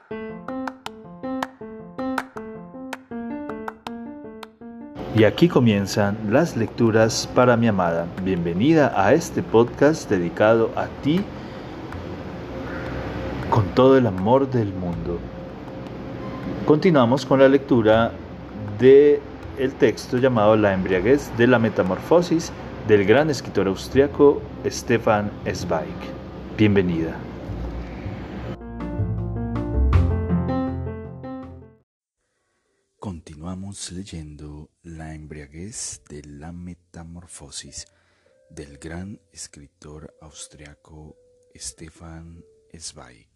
Y aquí comienzan las lecturas para mi amada. Bienvenida a este podcast dedicado a ti con todo el amor del mundo. Continuamos con la lectura del texto llamado La embriaguez de la metamorfosis del gran escritor austriaco Stefan Zweig. Bienvenida. Continuamos leyendo La embriaguez de la metamorfosis del gran escritor austriaco Stefan Zweig.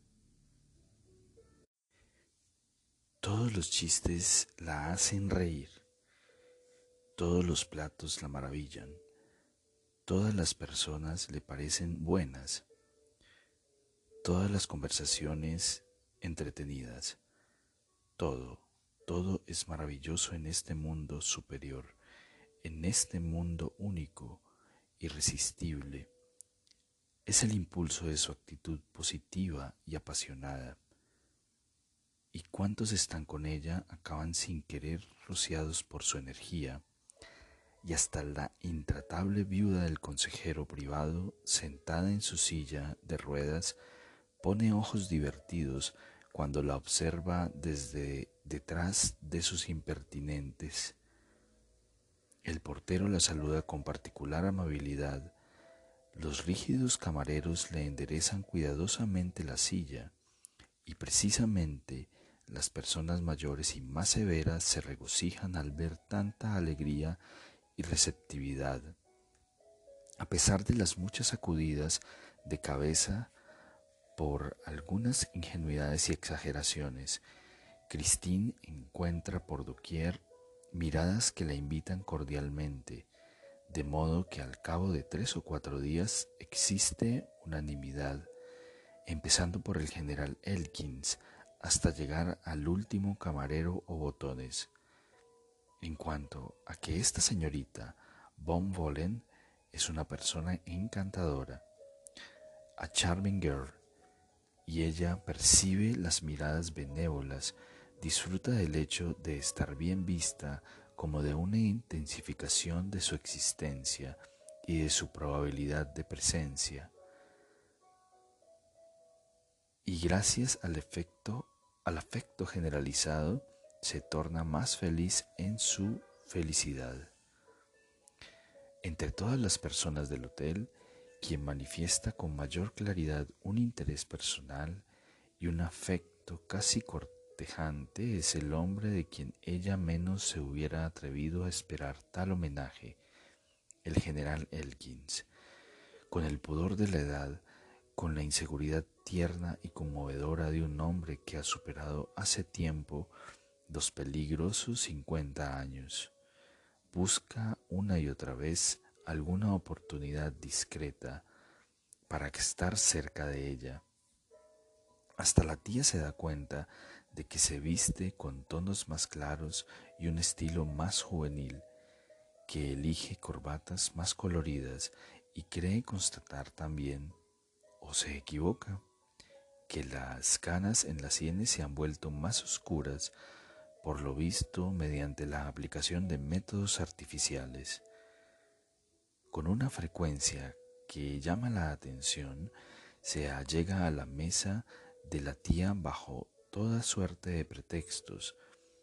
Todos los chistes la hacen reír, todos los platos la maravillan, todas las personas le parecen buenas, todas las conversaciones entretenidas, todo es maravilloso en este mundo superior, en este mundo único, irresistible. Es el impulso de su actitud positiva y apasionada. Y cuantos están con ella acaban sin querer rociados por su energía, y hasta la intratable viuda del consejero privado, sentada en su silla de ruedas, pone ojos divertidos cuando la observa desde detrás de sus impertinentes. El portero la saluda con particular amabilidad. Los rígidos camareros le enderezan cuidadosamente la silla, y precisamente las personas mayores y más severas se regocijan al ver tanta alegría y receptividad. A pesar de las muchas sacudidas de cabeza por algunas ingenuidades y exageraciones, Christine encuentra por doquier miradas que la invitan cordialmente, de modo que al cabo de 3 o 4 días existe unanimidad, empezando por el general Elkins hasta llegar al último camarero o botones, en cuanto a que esta señorita von Vollen es una persona encantadora, a charming girl, y ella percibe las miradas benévolas, disfruta del hecho de estar bien vista como de una intensificación de su existencia y de su probabilidad de presencia. Y gracias al afecto generalizado, se torna más feliz en su felicidad. Entre todas las personas del hotel, quien manifiesta con mayor claridad un interés personal y un afecto casi cortejante es el hombre de quien ella menos se hubiera atrevido a esperar tal homenaje, el general Elkins. Con el pudor de la edad, con la inseguridad tierna y conmovedora de un hombre que ha superado hace tiempo los peligrosos 50 años, busca una y otra vez alguna oportunidad discreta para estar cerca de ella. Hasta la tía se da cuenta de que se viste con tonos más claros y un estilo más juvenil, que elige corbatas más coloridas y cree constatar también, o se equivoca, que las canas en las sienes se han vuelto más oscuras, por lo visto mediante la aplicación de métodos artificiales. Con una frecuencia que llama la atención, se allega a la mesa de la tía bajo toda suerte de pretextos.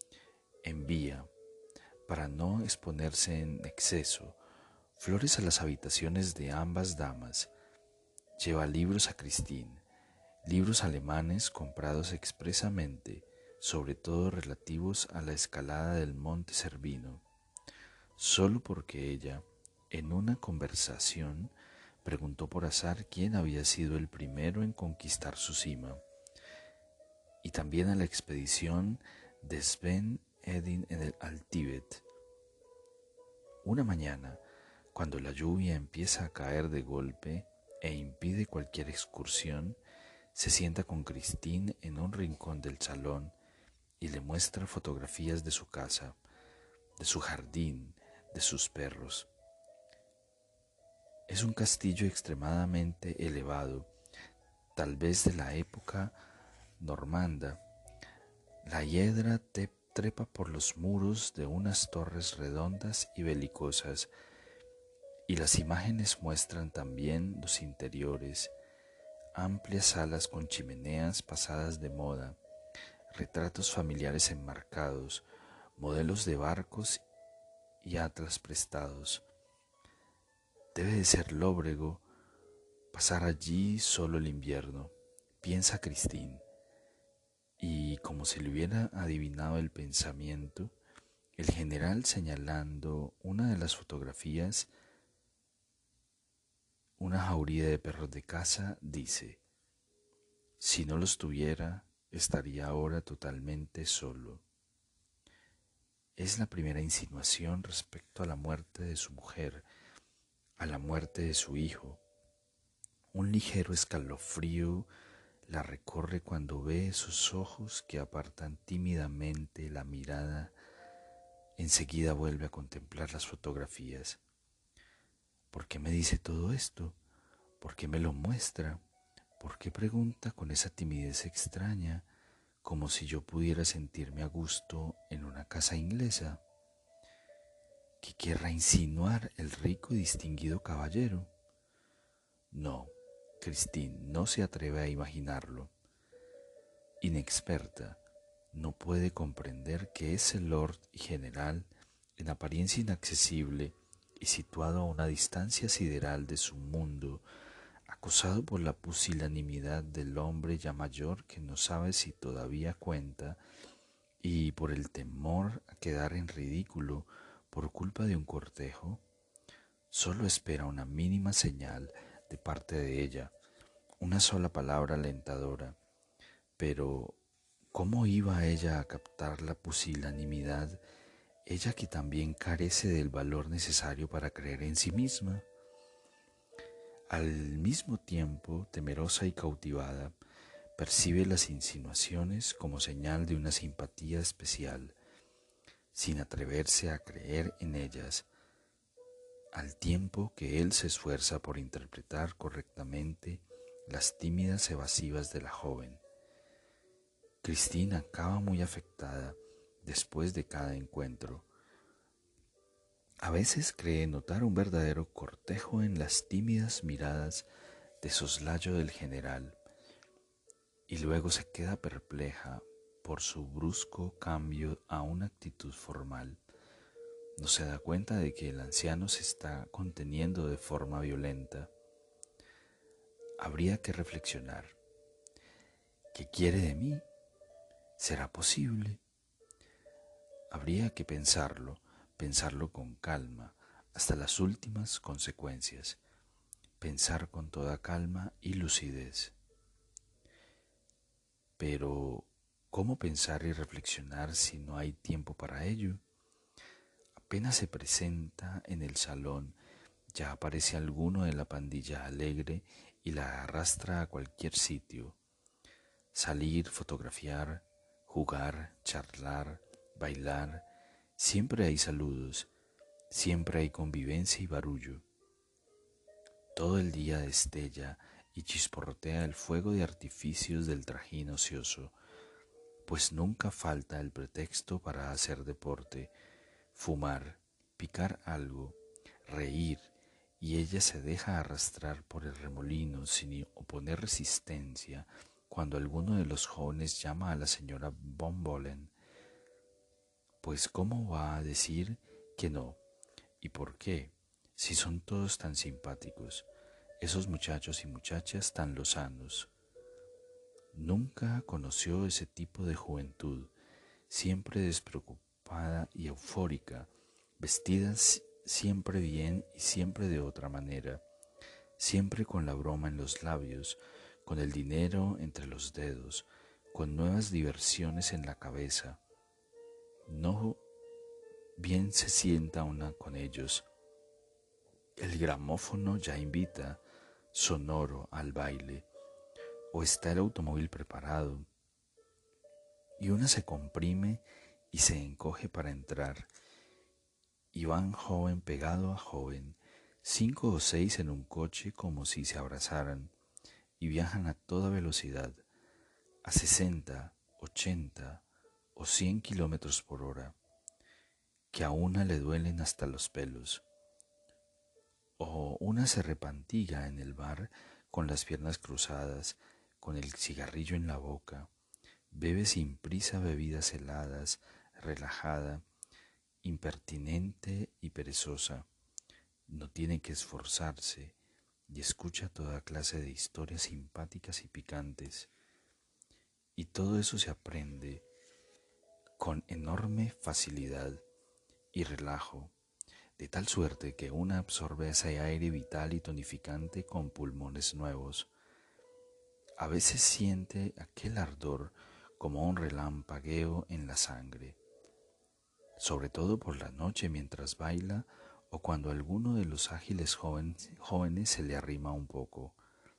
Envía, para no exponerse en exceso, flores a las habitaciones de ambas damas. Lleva libros a Christine, libros alemanes comprados expresamente, sobre todo relativos a la escalada del monte Cervino, solo porque ella, en una conversación, preguntó por azar quién había sido el primero en conquistar su cima, y también a la expedición de Sven Hedin al Tíbet. Una mañana, cuando la lluvia empieza a caer de golpe e impide cualquier excursión, se sienta con Christine en un rincón del salón y le muestra fotografías de su casa, de su jardín, de sus perros. Es un castillo extremadamente elevado, tal vez de la época normanda. La hiedra trepa por los muros de unas torres redondas y belicosas, y las imágenes muestran también los interiores, amplias salas con chimeneas pasadas de moda, retratos familiares enmarcados, modelos de barcos y atlas prestados. Debe de ser lóbrego pasar allí solo el invierno, piensa Christine, y como si le hubiera adivinado el pensamiento, el general, señalando una de las fotografías, una jauría de perros de caza, dice: si no los tuviera, estaría ahora totalmente solo. Es la primera insinuación respecto a la muerte de su mujer, a la muerte de su hijo. Un ligero escalofrío la recorre cuando ve sus ojos que apartan tímidamente la mirada. Enseguida vuelve a contemplar las fotografías. ¿Por qué me dice todo esto? ¿Por qué me lo muestra? ¿Por qué pregunta con esa timidez extraña, como si yo pudiera sentirme a gusto en una casa inglesa? ¿Qué querrá insinuar el rico y distinguido caballero? No, Christine no se atreve a imaginarlo. Inexperta, no puede comprender que ese lord y general, en apariencia inaccesible y situado a una distancia sideral de su mundo, acosado por la pusilanimidad del hombre ya mayor que no sabe si todavía cuenta, y por el temor a quedar en ridículo por culpa de un cortejo, solo espera una mínima señal de parte de ella, una sola palabra alentadora. Pero ¿cómo iba ella a captar la pusilanimidad, ella que también carece del valor necesario para creer en sí misma? Al mismo tiempo, temerosa y cautivada, percibe las insinuaciones como señal de una simpatía especial, sin atreverse a creer en ellas, al tiempo que él se esfuerza por interpretar correctamente las tímidas evasivas de la joven. Cristina acaba muy afectada después de cada encuentro. A veces cree notar un verdadero cortejo en las tímidas miradas de soslayo del general, y luego se queda perpleja por su brusco cambio a una actitud formal. No se da cuenta de que el anciano se está conteniendo de forma violenta. Habría que reflexionar. ¿Qué quiere de mí? ¿Será posible? Habría que pensarlo con calma, hasta las últimas consecuencias, pensar con toda calma y lucidez. Pero, ¿cómo pensar y reflexionar si no hay tiempo para ello? Apenas se presenta en el salón, ya aparece alguno de la pandilla alegre y la arrastra a cualquier sitio. Salir, fotografiar, jugar, charlar, bailar, siempre hay saludos, siempre hay convivencia y barullo. Todo el día destella y chisporrotea el fuego de artificios del trajín ocioso, pues nunca falta el pretexto para hacer deporte, fumar, picar algo, reír, y ella se deja arrastrar por el remolino sin oponer resistencia cuando alguno de los jóvenes llama a la señora Von Bohlen. Pues ¿cómo va a decir que no? ¿Y por qué? Si son todos tan simpáticos, esos muchachos y muchachas tan lozanos. Nunca conoció ese tipo de juventud, siempre despreocupada y eufórica, vestidas siempre bien y siempre de otra manera, siempre con la broma en los labios, con el dinero entre los dedos, con nuevas diversiones en la cabeza. No bien se sienta una con ellos. El gramófono ya invita, sonoro, al baile, o está el automóvil preparado, y una se comprime y se encoge para entrar, y van joven pegado a joven, 5 o 6 en un coche como si se abrazaran, y viajan a toda velocidad, a 60, 80 o 100 kilómetros por hora, que a una le duelen hasta los pelos, o una se repantiga en el bar con las piernas cruzadas, con el cigarrillo en la boca, bebe sin prisa bebidas heladas, relajada, impertinente y perezosa, no tiene que esforzarse y escucha toda clase de historias simpáticas y picantes. Y todo eso se aprende con enorme facilidad y relajo, de tal suerte que una absorbe ese aire vital y tonificante con pulmones nuevos. A veces siente aquel ardor como un relampagueo en la sangre, sobre todo por la noche mientras baila o cuando alguno de los ágiles jóvenes se le arrima un poco.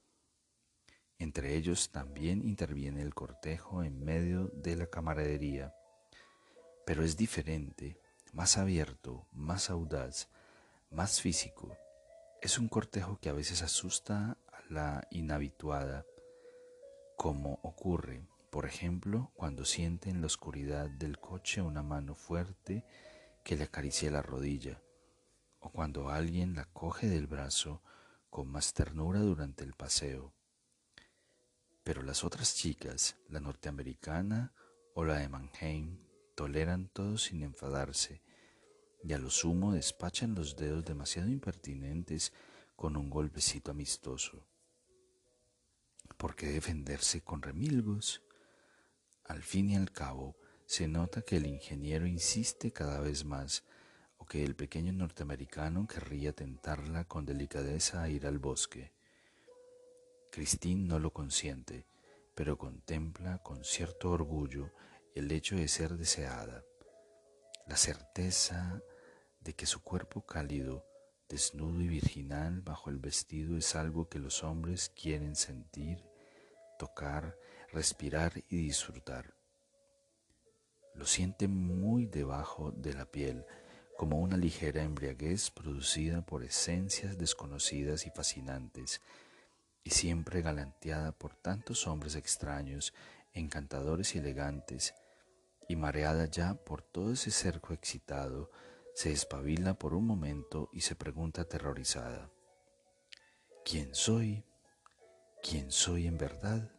Entre ellos también interviene el cortejo en medio de la camaradería, pero es diferente, más abierto, más audaz, más físico. Es un cortejo que a veces asusta a la inhabituada, como ocurre, por ejemplo, cuando siente en la oscuridad del coche una mano fuerte que le acaricia la rodilla, o cuando alguien la coge del brazo con más ternura durante el paseo. Pero las otras chicas, la norteamericana o la de Mannheim, toleran todo sin enfadarse y a lo sumo despachan los dedos demasiado impertinentes con un golpecito amistoso. ¿Por qué defenderse con remilgos? Al fin y al cabo, se nota que el ingeniero insiste cada vez más, o que el pequeño norteamericano querría tentarla con delicadeza a ir al bosque. Christine no lo consiente, pero contempla con cierto orgullo el hecho de ser deseada, la certeza de que su cuerpo cálido, desnudo y virginal bajo el vestido es algo que los hombres quieren sentir, tocar, respirar y disfrutar. Lo siente muy debajo de la piel, como una ligera embriaguez producida por esencias desconocidas y fascinantes, y siempre galanteada por tantos hombres extraños, encantadores y elegantes, y mareada ya por todo ese cerco excitado, se espabila por un momento y se pregunta aterrorizada: ¿quién soy? ¿Quién soy en verdad?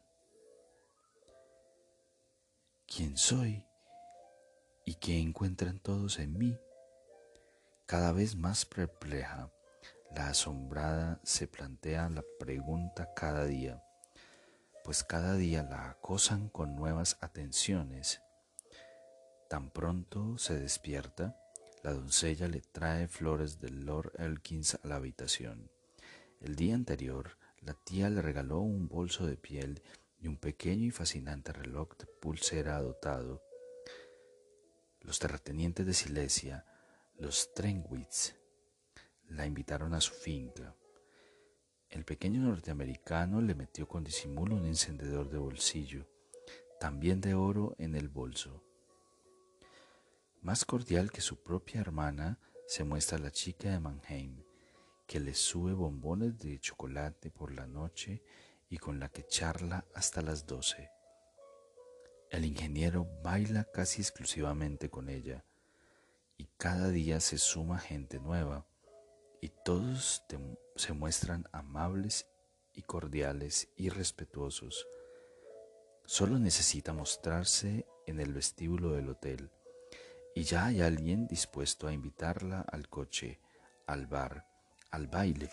¿Quién soy? ¿Y qué encuentran todos en mí? Cada vez más perpleja, la asombrada se plantea la pregunta cada día, pues cada día la acosan con nuevas atenciones. Tan pronto se despierta, la doncella le trae flores del Lord Elkins a la habitación. El día anterior, la tía le regaló un bolso de piel y un pequeño y fascinante reloj de pulsera dotado. Los terratenientes de Silesia, los Trenwitz, la invitaron a su finca. El pequeño norteamericano le metió con disimulo un encendedor de bolsillo, también de oro, en el bolso. Más cordial que su propia hermana se muestra la chica de Mannheim, que le sube bombones de chocolate por la noche y con la que charla hasta las 12. El ingeniero baila casi exclusivamente con ella, y cada día se suma gente nueva, y todos se muestran amables y cordiales y respetuosos. Solo necesita mostrarse en el vestíbulo del hotel, y ya hay alguien dispuesto a invitarla al coche, al bar, al baile,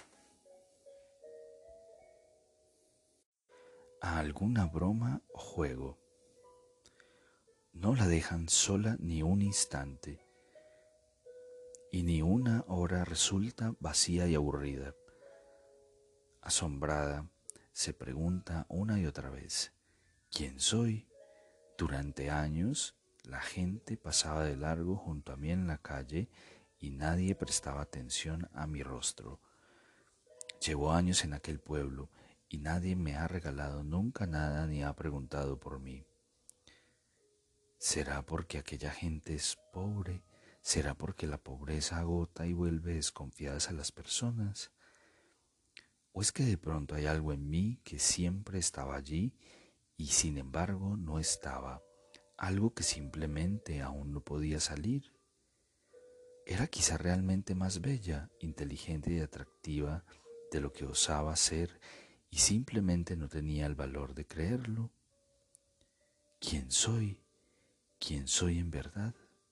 a alguna broma o juego. No la dejan sola ni un instante, y ni una hora resulta vacía y aburrida. Asombrada, se pregunta una y otra vez: ¿quién soy? Durante años, la gente pasaba de largo junto a mí en la calle y nadie prestaba atención a mi rostro. Llevo años en aquel pueblo y nadie me ha regalado nunca nada ni ha preguntado por mí. ¿Será porque aquella gente es pobre? ¿Será porque la pobreza agota y vuelve desconfiadas a las personas? ¿O es que de pronto hay algo en mí que siempre estaba allí y sin embargo no estaba, algo que simplemente aún no podía salir. Era quizá realmente más bella, inteligente y atractiva de lo que osaba ser y simplemente no tenía el valor de creerlo. ¿Quién soy? ¿Quién soy en verdad?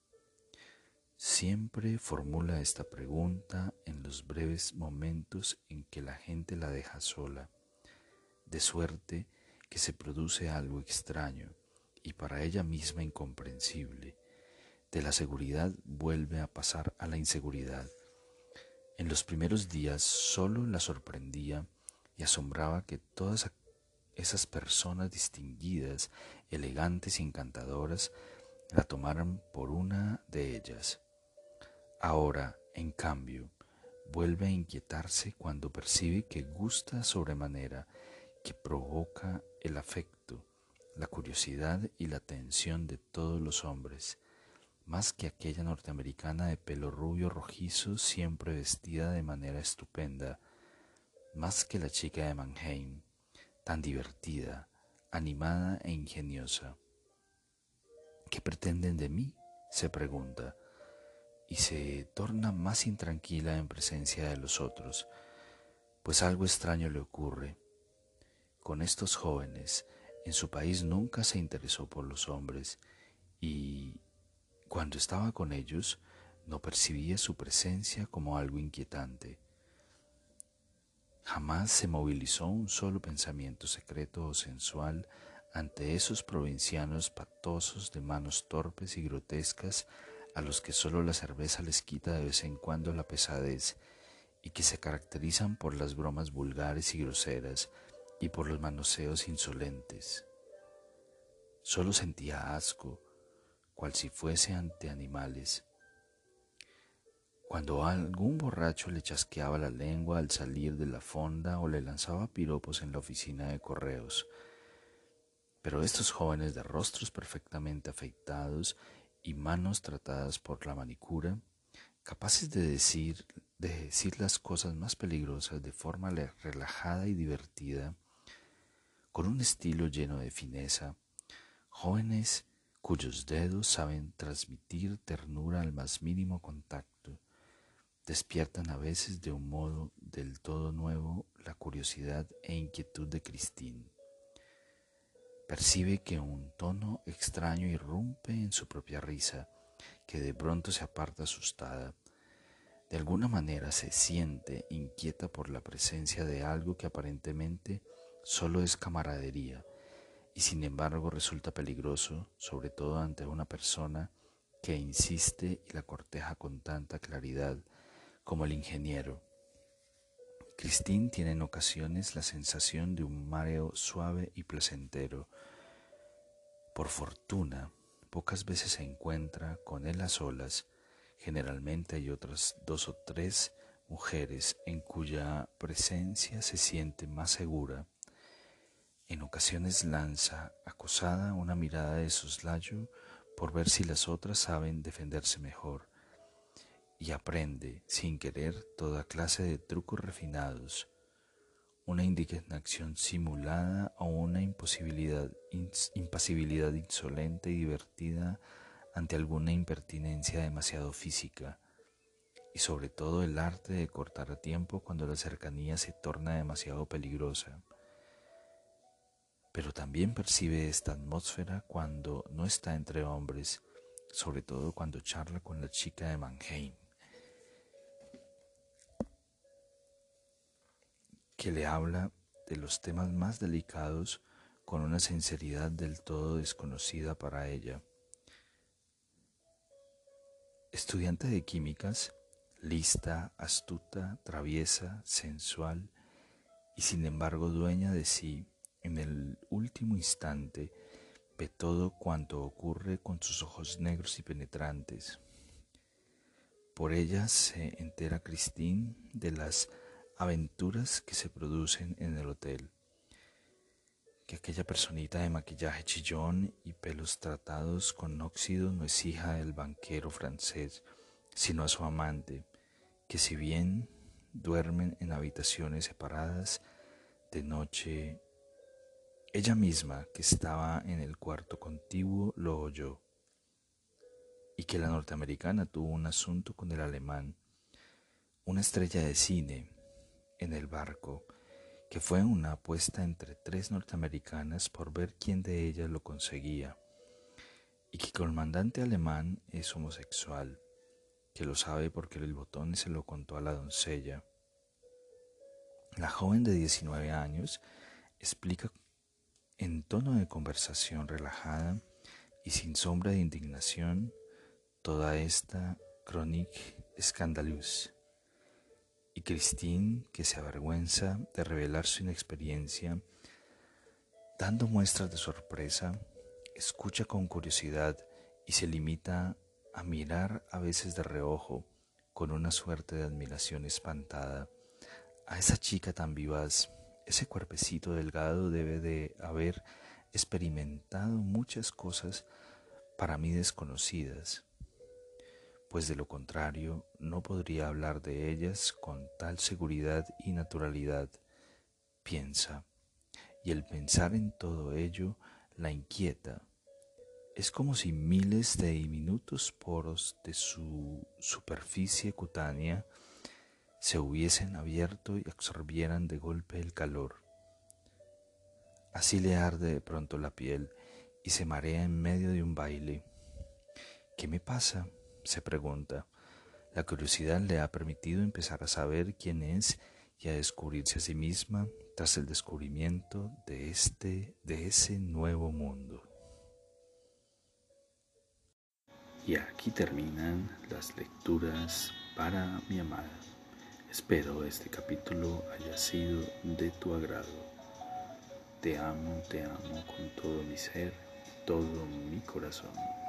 Siempre formula esta pregunta en los breves momentos en que la gente la deja sola, de suerte que se produce algo extraño y para ella misma incomprensible. De la seguridad vuelve a pasar a la inseguridad. En los primeros días solo la sorprendía y asombraba que todas esas personas distinguidas, elegantes y encantadoras la tomaran por una de ellas. Ahora, en cambio, vuelve a inquietarse cuando percibe que gusta sobremanera, que provoca el afecto, la curiosidad y la atención de todos los hombres, más que aquella norteamericana de pelo rubio rojizo siempre vestida de manera estupenda, más que la chica de Mannheim, tan divertida, animada e ingeniosa. ¿Qué pretenden de mí?, se pregunta, y se torna más intranquila en presencia de los otros, pues algo extraño le ocurre. Con estos jóvenes, en su país nunca se interesó por los hombres y, cuando estaba con ellos, no percibía su presencia como algo inquietante. Jamás se movilizó un solo pensamiento secreto o sensual ante esos provincianos patosos de manos torpes y grotescas a los que solo la cerveza les quita de vez en cuando la pesadez y que se caracterizan por las bromas vulgares y groseras y por los manoseos insolentes. Solo sentía asco, cual si fuese ante animales. Cuando algún borracho le chasqueaba la lengua al salir de la fonda o le lanzaba piropos en la oficina de correos. Pero estos jóvenes de rostros perfectamente afeitados y manos tratadas por la manicura, capaces de decir las cosas más peligrosas de forma relajada y divertida, con un estilo lleno de fineza, jóvenes cuyos dedos saben transmitir ternura al más mínimo contacto, despiertan a veces de un modo del todo nuevo la curiosidad e inquietud de Christine. Percibe que un tono extraño irrumpe en su propia risa, que de pronto se aparta asustada. De alguna manera se siente inquieta por la presencia de algo que aparentemente solo es camaradería y sin embargo resulta peligroso, sobre todo ante una persona que insiste y la corteja con tanta claridad como el ingeniero. Christine tiene en ocasiones la sensación de un mareo suave y placentero. Por fortuna, pocas veces se encuentra con él a solas. Generalmente hay otras 2 o 3 mujeres en cuya presencia se siente más segura. En ocasiones lanza, acosada, una mirada de soslayo por ver si las otras saben defenderse mejor, y aprende, sin querer, toda clase de trucos refinados, una indignación simulada o una impasibilidad insolente y divertida ante alguna impertinencia demasiado física, y sobre todo el arte de cortar a tiempo cuando la cercanía se torna demasiado peligrosa. Pero también percibe esta atmósfera cuando no está entre hombres, sobre todo cuando charla con la chica de Mannheim, que le habla de los temas más delicados con una sinceridad del todo desconocida para ella. Estudiante de químicas, lista, astuta, traviesa, sensual y sin embargo dueña de sí, en el último instante ve todo cuanto ocurre con sus ojos negros y penetrantes. Por ella se entera Christine de las aventuras que se producen en el hotel, que aquella personita de maquillaje chillón y pelos tratados con óxido no es hija del banquero francés, sino a su amante, que si bien duermen en habitaciones separadas, de noche Ella misma, que estaba en el cuarto contiguo, lo oyó, y que la norteamericana tuvo un asunto con el alemán, una estrella de cine, en el barco, que fue una apuesta entre 3 norteamericanas por ver quién de ellas lo conseguía, y que el comandante alemán es homosexual, que lo sabe porque el botón se lo contó a la doncella. La joven de 19 años explica en tono de conversación relajada y sin sombra de indignación toda esta chronique scandaleuse. Y Christine, que se avergüenza de revelar su inexperiencia, dando muestras de sorpresa, escucha con curiosidad y se limita a mirar a veces de reojo, con una suerte de admiración espantada, a esa chica tan vivaz. Ese cuerpecito delgado debe de haber experimentado muchas cosas para mí desconocidas, pues de lo contrario no podría hablar de ellas con tal seguridad y naturalidad, piensa, y el pensar en todo ello la inquieta. Es como si miles de diminutos poros de su superficie cutánea se hubiesen abierto y absorbieran de golpe el calor. Así le arde de pronto la piel y se marea en medio de un baile. ¿Qué me pasa?, se pregunta. La curiosidad le ha permitido empezar a saber quién es y a descubrirse a sí misma tras el descubrimiento de ese nuevo mundo. Y aquí terminan las lecturas para mi amada. Espero este capítulo haya sido de tu agrado. Te amo con todo mi ser, todo mi corazón.